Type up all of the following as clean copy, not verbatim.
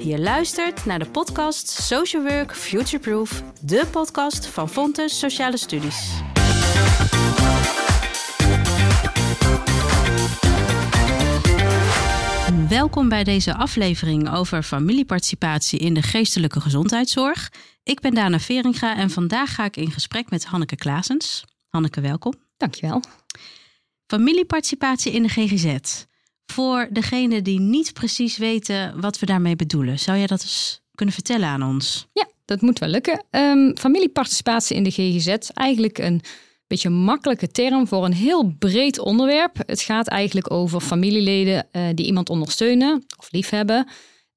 Je luistert naar de podcast Social Work Futureproof, de podcast van Fontes Sociale Studies. Welkom bij deze aflevering over familieparticipatie in de geestelijke gezondheidszorg. Ik ben Dana Veringa en vandaag ga ik in gesprek met Hanneke Klaasens. Hanneke, welkom. Dankjewel. Familieparticipatie in de GGZ. Voor degenen die niet precies weten wat we daarmee bedoelen, zou jij dat eens kunnen vertellen aan ons? Ja, dat moet wel lukken. Familieparticipatie in de GGZ is eigenlijk een beetje een makkelijke term voor een heel breed onderwerp. Het gaat eigenlijk over familieleden die iemand ondersteunen of liefhebben,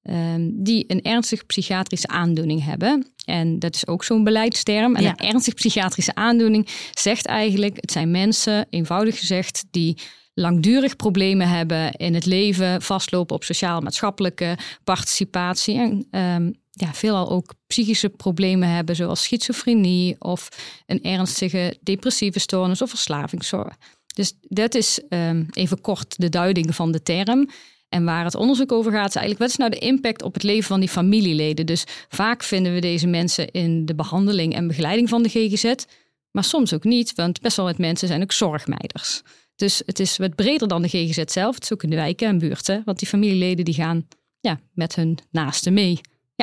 die een ernstige psychiatrische aandoening hebben. En dat is ook zo'n beleidsterm. En een ernstige psychiatrische aandoening zegt eigenlijk, het zijn mensen, eenvoudig gezegd, die langdurig problemen hebben in het leven, vastlopen op sociaal-maatschappelijke participatie en veelal ook psychische problemen hebben, zoals schizofrenie of een ernstige depressieve stoornis of verslavingszorg. Dus dat is even kort de duiding van de term. En waar het onderzoek over gaat, is eigenlijk wat is nou de impact op het leven van die familieleden. Dus vaak vinden we deze mensen in de behandeling en begeleiding van de GGZ, maar soms ook niet, want best wel wat mensen zijn ook zorgmeiders. Dus het is wat breder dan de GGZ zelf. Het is ook in de wijken en buurten. Want die familieleden die gaan met hun naasten mee. Ja.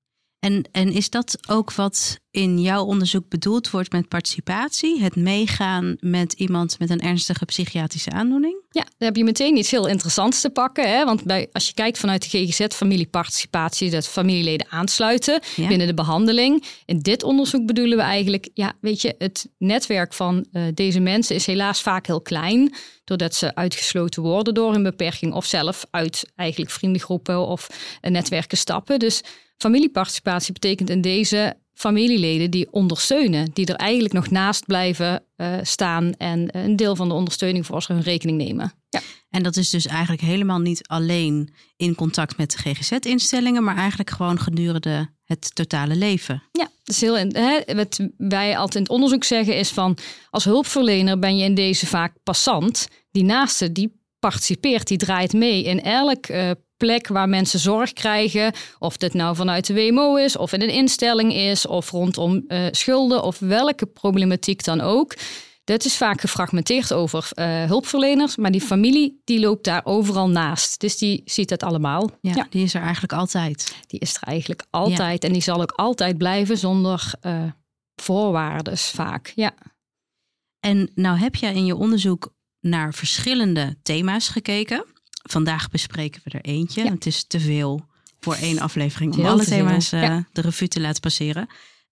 En is dat ook wat in jouw onderzoek bedoeld wordt met participatie? Het meegaan met iemand met een ernstige psychiatrische aandoening? Ja, dan heb je meteen iets heel interessants te pakken. Hè? Want als je kijkt vanuit de GGZ, familieparticipatie, dat familieleden aansluiten binnen de behandeling. In dit onderzoek bedoelen we eigenlijk, het netwerk van deze mensen is helaas vaak heel klein. Doordat ze uitgesloten worden door een beperking of zelf uit eigenlijk vriendengroepen of netwerken stappen. Dus familieparticipatie betekent in deze familieleden die ondersteunen, die er eigenlijk nog naast blijven staan en een deel van de ondersteuning voor hun rekening nemen. Ja. En dat is dus eigenlijk helemaal niet alleen in contact met de GGZ-instellingen, maar eigenlijk gewoon gedurende het totale leven. Ja, dat is wat wij altijd in het onderzoek zeggen is van, als hulpverlener ben je in deze vaak passant. Die naaste, die participeert, die draait mee in elk plek waar mensen zorg krijgen. Of dit nou vanuit de WMO is, of in een instelling is, of rondom schulden, of welke problematiek dan ook. Dat is vaak gefragmenteerd over hulpverleners, maar die familie die loopt daar overal naast. Dus die ziet het allemaal. Ja, die is er eigenlijk altijd. Die is er eigenlijk altijd en die zal ook altijd blijven zonder voorwaarden vaak. Ja. En nou heb je in je onderzoek naar verschillende thema's gekeken. Vandaag bespreken we er eentje. Ja. Het is te veel voor één aflevering om alle thema's de revue te laten passeren.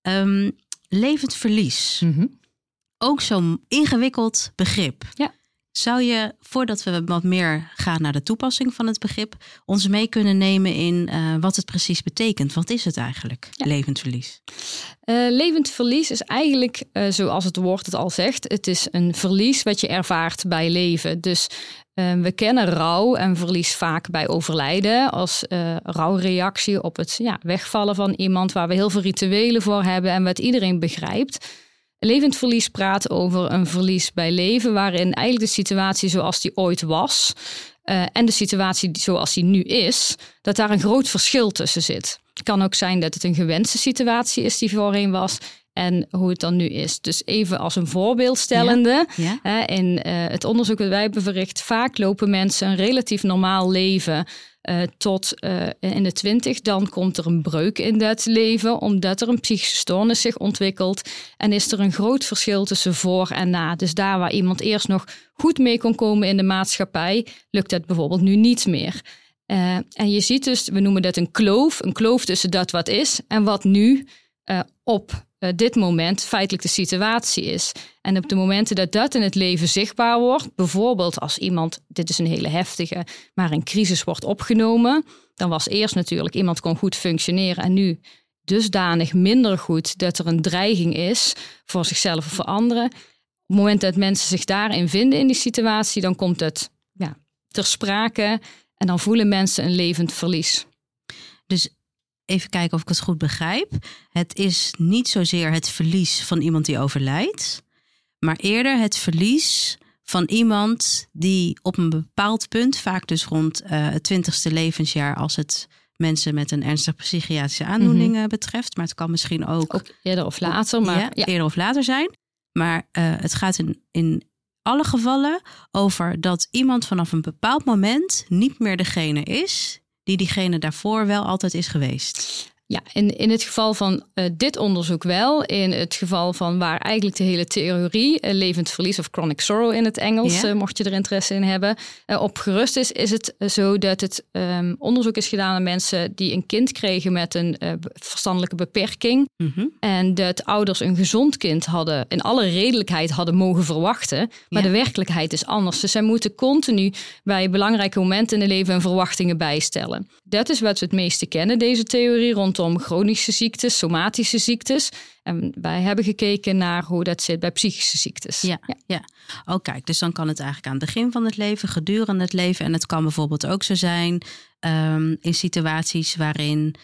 Levend verlies. Mm-hmm. Ook zo'n ingewikkeld begrip. Ja. Zou je, voordat we wat meer gaan naar de toepassing van het begrip, ons mee kunnen nemen in wat het precies betekent? Wat is het eigenlijk, levend verlies? Levend verlies is eigenlijk, zoals het woord het al zegt, het is een verlies wat je ervaart bij leven. Dus we kennen rouw en verlies vaak bij overlijden als rouwreactie op het wegvallen van iemand waar we heel veel rituelen voor hebben en wat iedereen begrijpt. Levend verlies praat over een verlies bij leven waarin eigenlijk de situatie zoals die ooit was en de situatie zoals die nu is, dat daar een groot verschil tussen zit. Het kan ook zijn dat het een gewenste situatie is die voorheen was en hoe het dan nu is. Dus even als een voorbeeld stellende. Ja. In het onderzoek dat wij hebben verricht, vaak lopen mensen een relatief normaal leven tot in de 20. Dan komt er een breuk in dat leven, omdat er een psychische stoornis zich ontwikkelt. En is er een groot verschil tussen voor en na. Dus daar waar iemand eerst nog goed mee kon komen in de maatschappij, lukt dat bijvoorbeeld nu niet meer. En je ziet dus, we noemen dat een kloof tussen dat wat is en wat nu op dit moment feitelijk de situatie is. En op de momenten dat dat in het leven zichtbaar wordt, bijvoorbeeld als iemand, dit is een hele heftige, maar een crisis wordt opgenomen, dan was eerst natuurlijk iemand kon goed functioneren en nu dusdanig minder goed dat er een dreiging is voor zichzelf of voor anderen. Op het moment dat mensen zich daarin vinden in die situatie, dan komt het ter sprake en dan voelen mensen een levend verlies. Dus even kijken of ik het goed begrijp. Het is niet zozeer het verlies van iemand die overlijdt, maar eerder het verlies van iemand die op een bepaald punt, vaak dus rond het 20ste levensjaar als het mensen met een ernstige psychiatrische aandoening betreft. Maar het kan misschien ook eerder of later. Eerder of later zijn. Maar het gaat in alle gevallen over dat iemand vanaf een bepaald moment niet meer degene is die diegene daarvoor wel altijd is geweest. Ja, in het geval van dit onderzoek wel. In het geval van waar eigenlijk de hele theorie, levend verlies of chronic sorrow in het Engels, mocht je er interesse in hebben, op gerust is het zo dat het onderzoek is gedaan aan mensen die een kind kregen met een verstandelijke beperking. En dat ouders een gezond kind hadden, in alle redelijkheid hadden mogen verwachten. Maar de werkelijkheid is anders. Dus zij moeten continu bij belangrijke momenten in het leven hun verwachtingen bijstellen. Dat is wat we het meeste kennen, deze theorie, rondom chronische ziektes, somatische ziektes. En wij hebben gekeken naar hoe dat zit bij psychische ziektes. Ja. Oh, kijk, dus dan kan het eigenlijk aan het begin van het leven, gedurende het leven. En het kan bijvoorbeeld ook zo zijn in situaties waarin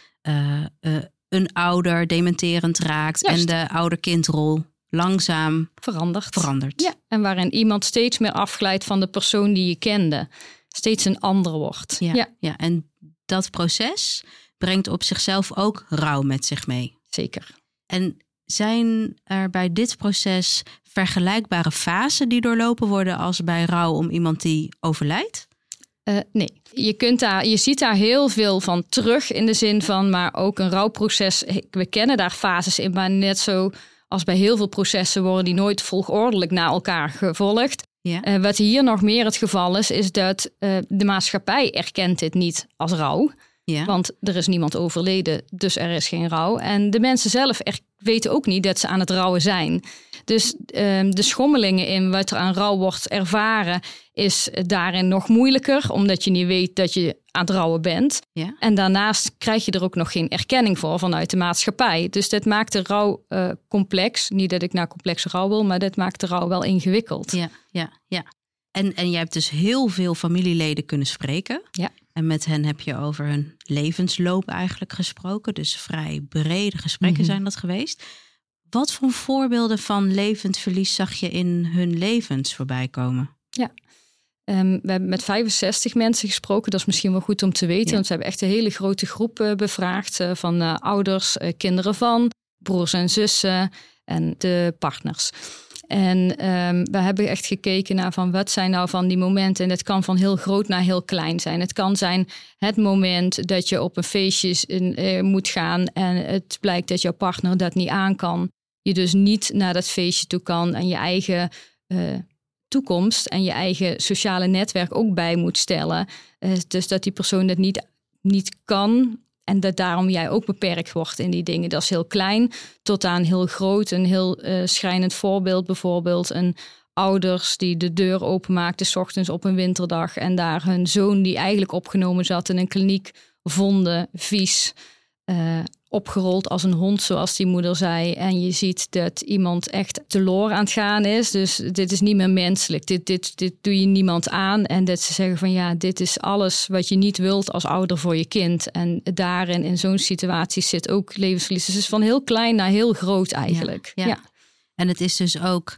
een ouder dementerend raakt. Juist. En de ouder-kindrol langzaam verandert. Ja, en waarin iemand steeds meer afglijdt van de persoon die je kende. Steeds een ander wordt. Ja, en dat proces brengt op zichzelf ook rouw met zich mee. Zeker. En zijn er bij dit proces vergelijkbare fasen die doorlopen worden als bij rouw om iemand die overlijdt? Nee. Je ziet daar heel veel van terug in de zin van, maar ook een rouwproces. We kennen daar fases in, maar net zo als bij heel veel processen worden die nooit volgordelijk na elkaar gevolgd. Ja. Wat hier nog meer het geval is dat de maatschappij erkent dit niet als rouw. Ja. Want er is niemand overleden, dus er is geen rouw. En de mensen zelf weten ook niet dat ze aan het rouwen zijn. Dus de schommelingen in wat er aan rouw wordt ervaren is daarin nog moeilijker, omdat je niet weet dat je aan het rouwen bent. Ja. En daarnaast krijg je er ook nog geen erkenning voor vanuit de maatschappij. Dus dat maakt de rouw complex. Niet dat ik naar complexe rouw wil, maar dat maakt de rouw wel ingewikkeld. Ja. En jij hebt dus heel veel familieleden kunnen spreken. Ja. En met hen heb je over hun levensloop eigenlijk gesproken. Dus vrij brede gesprekken zijn dat geweest. Wat voor voorbeelden van levend verlies zag je in hun levens voorbij komen? Ja, we hebben met 65 mensen gesproken. Dat is misschien wel goed om te weten. Ja. Want we hebben echt een hele grote groep bevraagd. Van ouders, kinderen van, broers en zussen en de partners. En we hebben echt gekeken naar van wat zijn nou van die momenten. En het kan van heel groot naar heel klein zijn. Het kan zijn het moment dat je op een feestje moet gaan en het blijkt dat jouw partner dat niet aan kan. Je dus niet naar dat feestje toe kan en je eigen toekomst en je eigen sociale netwerk ook bij moet stellen. Dus dat die persoon dat niet kan. En dat daarom jij ook beperkt wordt in die dingen. Dat is heel klein tot aan heel groot. Een heel schrijnend voorbeeld bijvoorbeeld. Een ouders die de deur openmaakten 's ochtends op een winterdag. En daar hun zoon die eigenlijk opgenomen zat in een kliniek vonden, vies, opgerold als een hond, zoals die moeder zei. En je ziet dat iemand echt teloor aan het gaan is. Dus dit is niet meer menselijk. Dit doe je niemand aan. En dat ze zeggen van ja, dit is alles wat je niet wilt als ouder voor je kind. En daarin, in zo'n situatie zit ook levensverlies. Dus het is van heel klein naar heel groot eigenlijk. Ja. En het is dus ook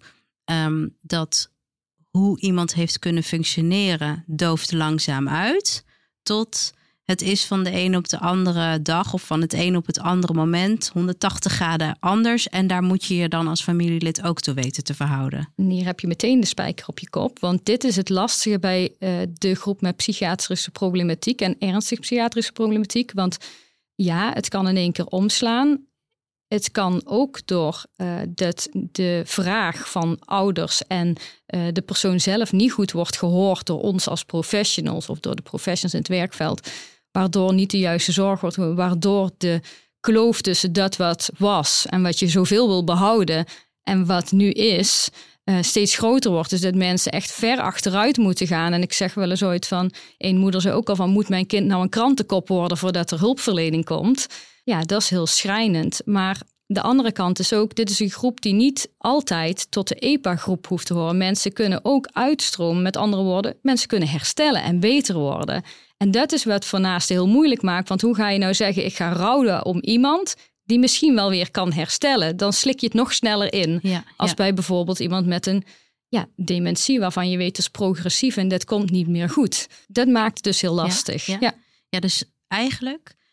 dat hoe iemand heeft kunnen functioneren dooft langzaam uit tot het is van de een op de andere dag of van het een op het andere moment 180 graden anders. En daar moet je je dan als familielid ook toe weten te verhouden. En hier heb je meteen de spijker op je kop. Want dit is het lastige bij de groep met psychiatrische problematiek en ernstige psychiatrische problematiek. Want ja, het kan in één keer omslaan. Het kan ook door dat de vraag van ouders en de persoon zelf niet goed wordt gehoord door ons als professionals of door de professionals in het werkveld. Waardoor niet de juiste zorg wordt, waardoor de kloof tussen dat wat was en wat je zoveel wil behouden en wat nu is, steeds groter wordt. Dus dat mensen echt ver achteruit moeten gaan. En ik zeg wel eens ooit van, een moeder zei ook al van, moet mijn kind nou een krantenkop worden voordat er hulpverlening komt? Ja, dat is heel schrijnend. Maar de andere kant is ook, dit is een groep die niet altijd tot de EPA-groep hoeft te horen. Mensen kunnen ook uitstromen. Met andere woorden, mensen kunnen herstellen en beter worden. En dat is wat voor naasten heel moeilijk maakt. Want hoe ga je nou zeggen, ik ga rouwen om iemand die misschien wel weer kan herstellen? Dan slik je het nog sneller in. Als bij bijvoorbeeld iemand met een dementie waarvan je weet dat is progressief en dat komt niet meer goed. Dat maakt het dus heel lastig. Ja, dus eigenlijk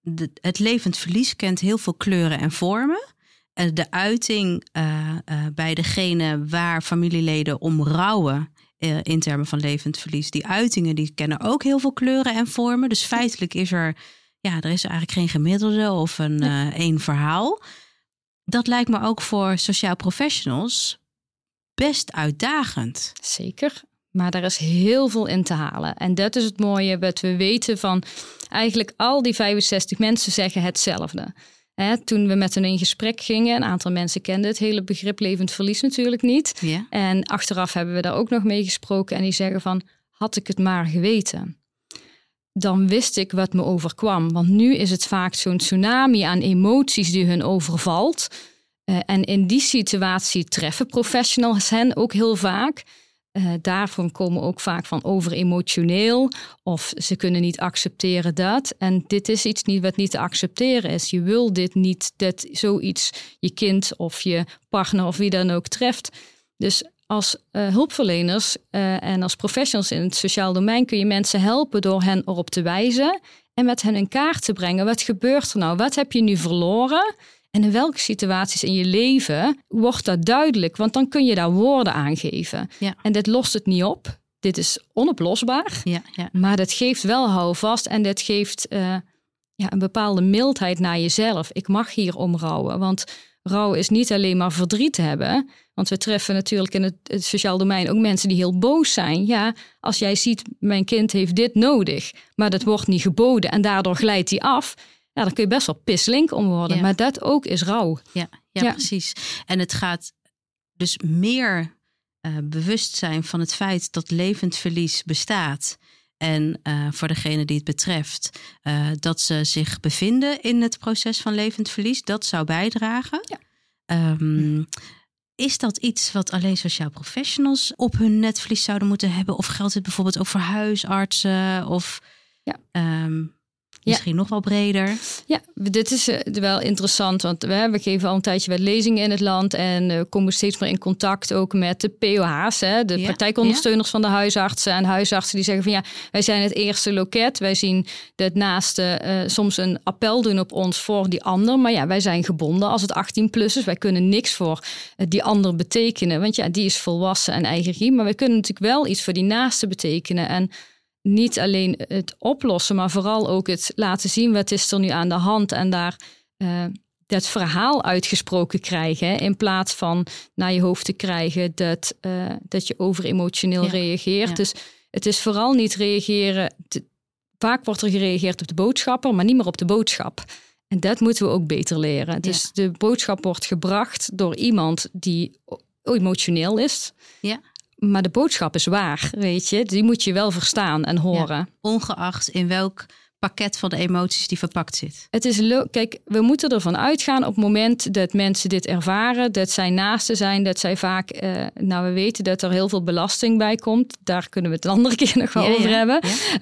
het levend verlies kent heel veel kleuren en vormen. De uiting bij degene waar familieleden om rouwen in termen van levend verlies. Die uitingen die kennen ook heel veel kleuren en vormen. Dus feitelijk is er eigenlijk geen gemiddelde of één verhaal. Dat lijkt me ook voor sociaal professionals best uitdagend. Zeker, maar daar is heel veel in te halen. En dat is het mooie wat we weten van eigenlijk al die 65 mensen zeggen hetzelfde. Toen we met hen in gesprek gingen, een aantal mensen kenden het hele begrip levend verlies natuurlijk niet. Ja. En achteraf hebben we daar ook nog mee gesproken en die zeggen van, had ik het maar geweten. Dan wist ik wat me overkwam. Want nu is het vaak zo'n tsunami aan emoties die hun overvalt. En in die situatie treffen professionals hen ook heel vaak. Daarvan komen ook vaak van overemotioneel. Of ze kunnen niet accepteren dat. En dit is iets wat niet te accepteren is. Je wil dit niet, dat zoiets je kind of je partner of wie dan ook treft. Dus als hulpverleners en als professionals in het sociaal domein kun je mensen helpen door hen erop te wijzen en met hen in kaart te brengen. Wat gebeurt er nou? Wat heb je nu verloren? En in welke situaties in je leven wordt dat duidelijk? Want dan kun je daar woorden aan geven. Ja. En dit lost het niet op. Dit is onoplosbaar. Ja. Maar dat geeft wel houvast en dat geeft een bepaalde mildheid naar jezelf. Ik mag hier om rouwen, want rouw is niet alleen maar verdriet hebben. Want we treffen natuurlijk in het sociaal domein ook mensen die heel boos zijn. Ja, als jij ziet, mijn kind heeft dit nodig, maar dat wordt niet geboden en daardoor glijdt hij af. Ja, dan kun je best wel pisslink om worden. Ja. Maar dat ook is rouw. Ja, precies. En het gaat dus meer bewustzijn van het feit dat levend verlies bestaat. En voor degene die het betreft, dat ze zich bevinden in het proces van levend verlies. Dat zou bijdragen. Ja. Is dat iets wat alleen sociaal professionals op hun netvlies zouden moeten hebben? Of geldt het bijvoorbeeld ook voor huisartsen? Of misschien nog wel breder? Ja, dit is wel interessant. Want we geven al een tijdje wat lezingen in het land. En komen steeds meer in contact ook met de POH's. De praktijkondersteuners van de huisartsen. En huisartsen die zeggen van wij zijn het eerste loket. Wij zien dat naasten soms een appel doen op ons voor die ander. Maar wij zijn gebonden als het 18+ is. Wij kunnen niks voor die ander betekenen. Want die is volwassen en eigen regie. Maar wij kunnen natuurlijk wel iets voor die naaste betekenen. En niet alleen het oplossen, maar vooral ook het laten zien wat is er nu aan de hand. En daar dat verhaal uitgesproken krijgen. In plaats van naar je hoofd te krijgen dat je overemotioneel reageert. Ja. Dus het is vooral niet reageren. Vaak wordt er gereageerd op de boodschapper, maar niet meer op de boodschap. En dat moeten we ook beter leren. Ja. Dus de boodschap wordt gebracht door iemand die emotioneel is. Ja. Maar de boodschap is waar, weet je. Die moet je wel verstaan en horen. Ja, ongeacht in welk pakket van de emoties die verpakt zit. Het is kijk, we moeten ervan uitgaan op het moment dat mensen dit ervaren, dat zij naasten zijn, dat zij vaak, we weten dat er heel veel belasting bij komt. Daar kunnen we het een andere keer nog wel over hebben.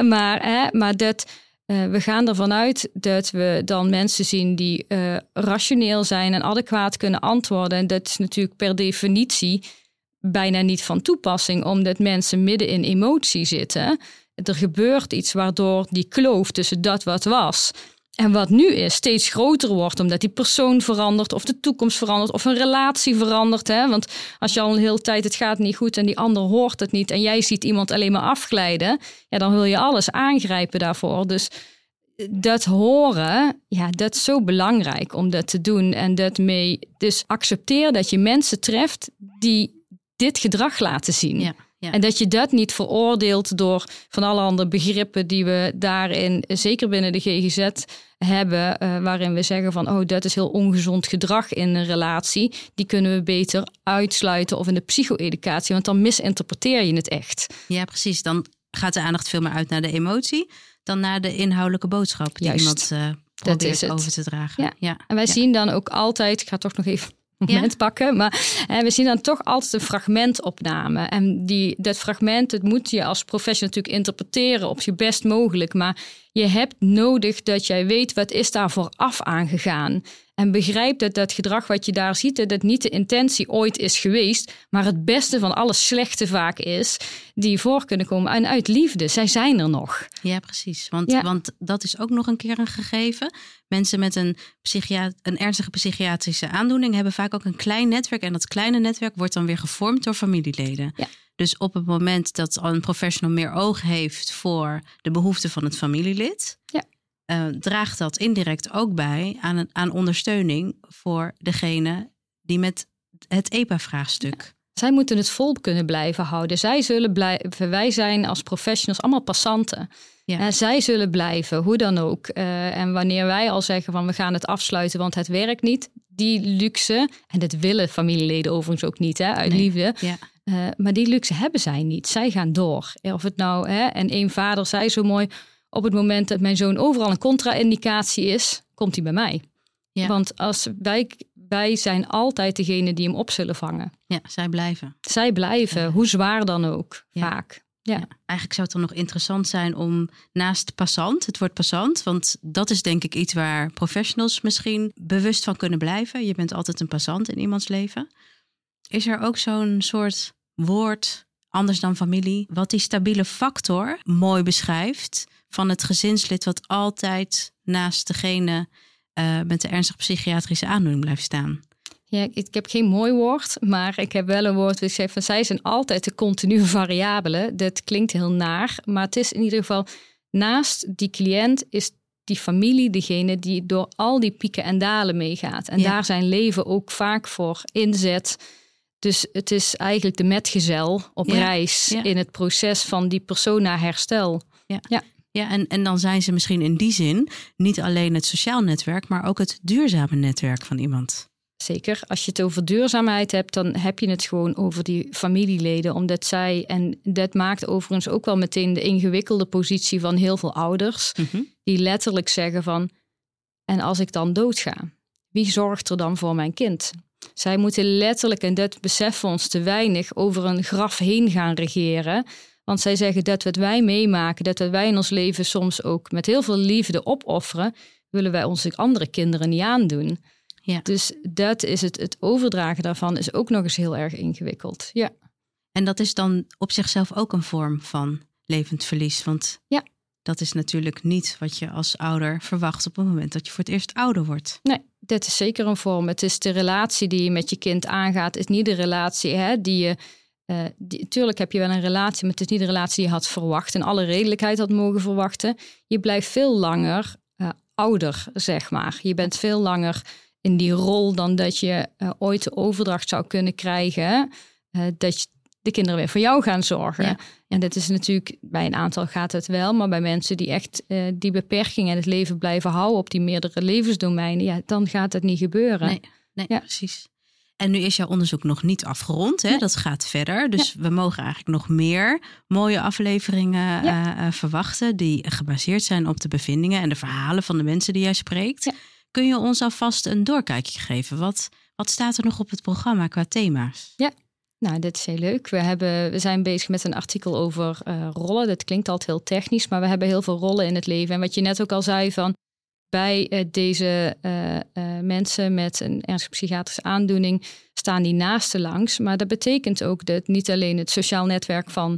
Ja. Maar dat we gaan ervan uit dat we dan mensen zien die rationeel zijn en adequaat kunnen antwoorden. En dat is natuurlijk per definitie bijna niet van toepassing, omdat mensen midden in emotie zitten. Er gebeurt iets waardoor die kloof tussen dat wat was en wat nu is steeds groter wordt, omdat die persoon verandert of de toekomst verandert of een relatie verandert. Hè? Want als je al een hele tijd het gaat niet goed en die ander hoort het niet en jij ziet iemand alleen maar afglijden, dan wil je alles aangrijpen daarvoor. Dus dat horen, dat is zo belangrijk om dat te doen en dat mee. Dus accepteer dat je mensen treft die dit gedrag laten zien. Ja. En dat je dat niet veroordeelt door van alle andere begrippen die we daarin, zeker binnen de GGZ, hebben, waarin we zeggen van, dat is heel ongezond gedrag in een relatie. Die kunnen we beter uitsluiten of in de psycho-educatie, want dan misinterpreteer je het echt. Ja, precies. Dan gaat de aandacht veel meer uit naar de emotie dan naar de inhoudelijke boodschap die iemand probeert over te dragen. Ja. En wij zien dan ook altijd, ik ga toch nog even moment pakken. Maar we zien dan toch altijd een fragmentopname. En dat fragment, het moet je als professional natuurlijk interpreteren op je best mogelijk. Maar je hebt nodig dat jij weet wat is daar vooraf aangegaan. En begrijp dat dat gedrag wat je daar ziet, dat niet de intentie ooit is geweest, maar het beste van alle slechte vaak is, die voor kunnen komen. En uit liefde, zij zijn er nog. Ja, precies. Want dat is ook nog een keer een gegeven. Mensen met een ernstige psychiatrische aandoening hebben vaak ook een klein netwerk. En dat kleine netwerk wordt dan weer gevormd door familieleden. Ja. Dus op het moment dat een professional meer oog heeft voor de behoeften van het familielid, draagt dat indirect ook bij aan ondersteuning voor degene die met het EPA-vraagstuk. Ja. Zij moeten het vol kunnen blijven houden. Zij zullen blijven. Wij zijn als professionals allemaal passanten. Ja. Zij zullen blijven, hoe dan ook. En wanneer wij al zeggen van we gaan het afsluiten, want het werkt niet, die luxe, en dat willen familieleden overigens ook niet, uit liefde. Ja. Maar die luxe hebben zij niet. Zij gaan door. Of het nou, en één vader zei zo mooi, op het moment dat mijn zoon overal een contra-indicatie is, komt hij bij mij. Ja. Want als wij zijn altijd degene die hem op zullen vangen. Ja, zij blijven. Zij blijven, hoe zwaar dan ook, vaak. Ja. Ja, eigenlijk zou het dan nog interessant zijn om naast passant, het woord passant, want dat is denk ik iets waar professionals misschien bewust van kunnen blijven. Je bent altijd een passant in iemands leven. Is er ook zo'n soort woord, anders dan familie, wat die stabiele factor mooi beschrijft van het gezinslid wat altijd naast degene met de ernstige psychiatrische aandoening blijft staan? Ja, ik heb geen mooi woord, maar ik heb wel een woord dat zegt van zij zijn altijd de continue variabelen. Dat klinkt heel naar, maar het is in ieder geval naast die cliënt is die familie degene die door al die pieken en dalen meegaat. En daar zijn leven ook vaak voor inzet. Dus het is eigenlijk de metgezel op reis in het proces van die persoon naar herstel. Ja, en dan zijn ze misschien in die zin niet alleen het sociaal netwerk, maar ook het duurzame netwerk van iemand. Zeker, als je het over duurzaamheid hebt, dan heb je het gewoon over die familieleden. Omdat zij, en dat maakt overigens ook wel meteen de ingewikkelde positie van heel veel ouders. Mm-hmm. Die letterlijk zeggen van, en als ik dan doodga, wie zorgt er dan voor mijn kind? Zij moeten letterlijk, en dat beseffen ons te weinig, over een graf heen gaan regeren. Want zij zeggen dat wat wij meemaken, dat wat wij in ons leven soms ook met heel veel liefde opofferen, willen wij onze andere kinderen niet aandoen. Ja. Dus dat is het overdragen daarvan is ook nog eens heel erg ingewikkeld. Ja. En dat is dan op zichzelf ook een vorm van levend verlies. Want dat is natuurlijk niet wat je als ouder verwacht op het moment dat je voor het eerst ouder wordt. Nee, dat is zeker een vorm. Het is de relatie die je met je kind aangaat. Het is niet de relatie die je... Tuurlijk heb je wel een relatie, maar het is niet de relatie die je had verwacht. En alle redelijkheid had mogen verwachten. Je blijft veel langer ouder, zeg maar. Je bent veel langer in die rol dan dat je ooit de overdracht zou kunnen krijgen. Dat de kinderen weer voor jou gaan zorgen. Ja. En dat is natuurlijk, bij een aantal gaat het wel. Maar bij mensen die echt die beperkingen in het leven blijven houden op die meerdere levensdomeinen, dan gaat het niet gebeuren. Nee, precies. En nu is jouw onderzoek nog niet afgerond. Hè? Nee. Dat gaat verder. Dus we mogen eigenlijk nog meer mooie afleveringen verwachten die gebaseerd zijn op de bevindingen en de verhalen van de mensen die jij spreekt. Ja. Kun je ons alvast een doorkijkje geven? Wat staat er nog op het programma qua thema's? Ja, nou, dit is heel leuk. We zijn bezig met een artikel over rollen. Dat klinkt altijd heel technisch, maar we hebben heel veel rollen in het leven. En wat je net ook al zei van bij deze mensen met een ernstige psychiatrische aandoening staan die naasten langs. Maar dat betekent ook dat niet alleen het sociaal netwerk van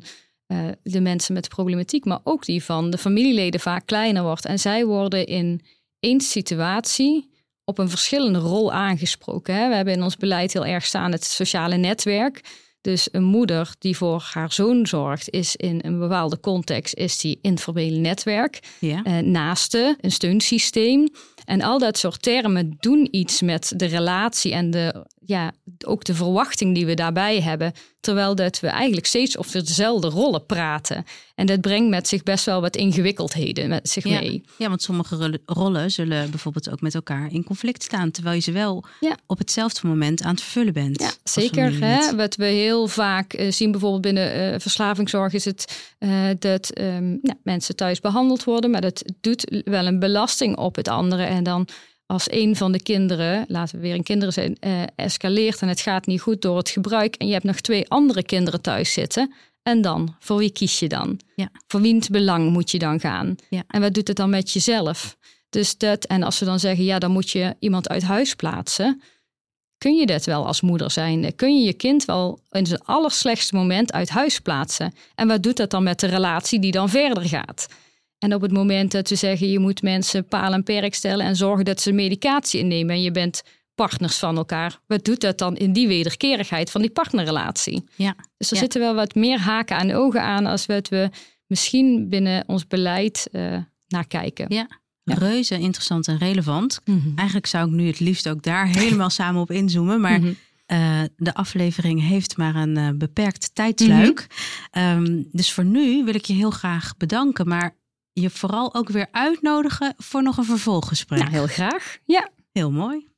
de mensen met de problematiek, maar ook die van de familieleden vaak kleiner wordt. En zij worden in één situatie op een verschillende rol aangesproken. Hè? We hebben in ons beleid heel erg staan het sociale netwerk. Dus een moeder die voor haar zoon zorgt, is in een bepaalde context is die in het formele netwerk. Ja. Naaste, een steunsysteem. En al dat soort termen doen iets met de relatie en ook de verwachting die we daarbij hebben. Terwijl dat we eigenlijk steeds over dezelfde rollen praten. En dat brengt met zich best wel wat ingewikkeldheden met zich mee. Ja, want sommige rollen zullen bijvoorbeeld ook met elkaar in conflict staan. Terwijl je ze wel op hetzelfde moment aan het vervullen bent. Ja, zeker. Hè? Wat we heel vaak zien bijvoorbeeld binnen verslavingszorg is het dat mensen thuis behandeld worden. Maar dat doet wel een belasting op het andere. En dan als een van de kinderen, laten we weer een kinderen zijn, escaleert en het gaat niet goed door het gebruik en je hebt nog 2 andere kinderen thuis zitten. En dan, voor wie kies je dan? Ja. Voor wiens belang moet je dan gaan? Ja. En wat doet het dan met jezelf? Dus en als we dan zeggen, dan moet je iemand uit huis plaatsen. Kun je dat wel als moeder zijn? Kun je je kind wel in zijn allerslechtste moment uit huis plaatsen? En wat doet dat dan met de relatie die dan verder gaat? En op het moment dat we zeggen, je moet mensen paal en perk stellen en zorgen dat ze medicatie innemen en je bent partners van elkaar. Wat doet dat dan in die wederkerigheid van die partnerrelatie? Ja. Dus er zitten wel wat meer haken aan ogen aan als we misschien binnen ons beleid naar kijken. Ja. Reuze interessant en relevant. Eigenlijk zou ik nu het liefst ook daar helemaal samen op inzoomen. Maar de aflevering heeft maar een beperkt tijdsluik. Dus voor nu wil ik je heel graag bedanken. Maar je vooral ook weer uitnodigen voor nog een vervolggesprek. Nou, heel graag. Ja. Heel mooi.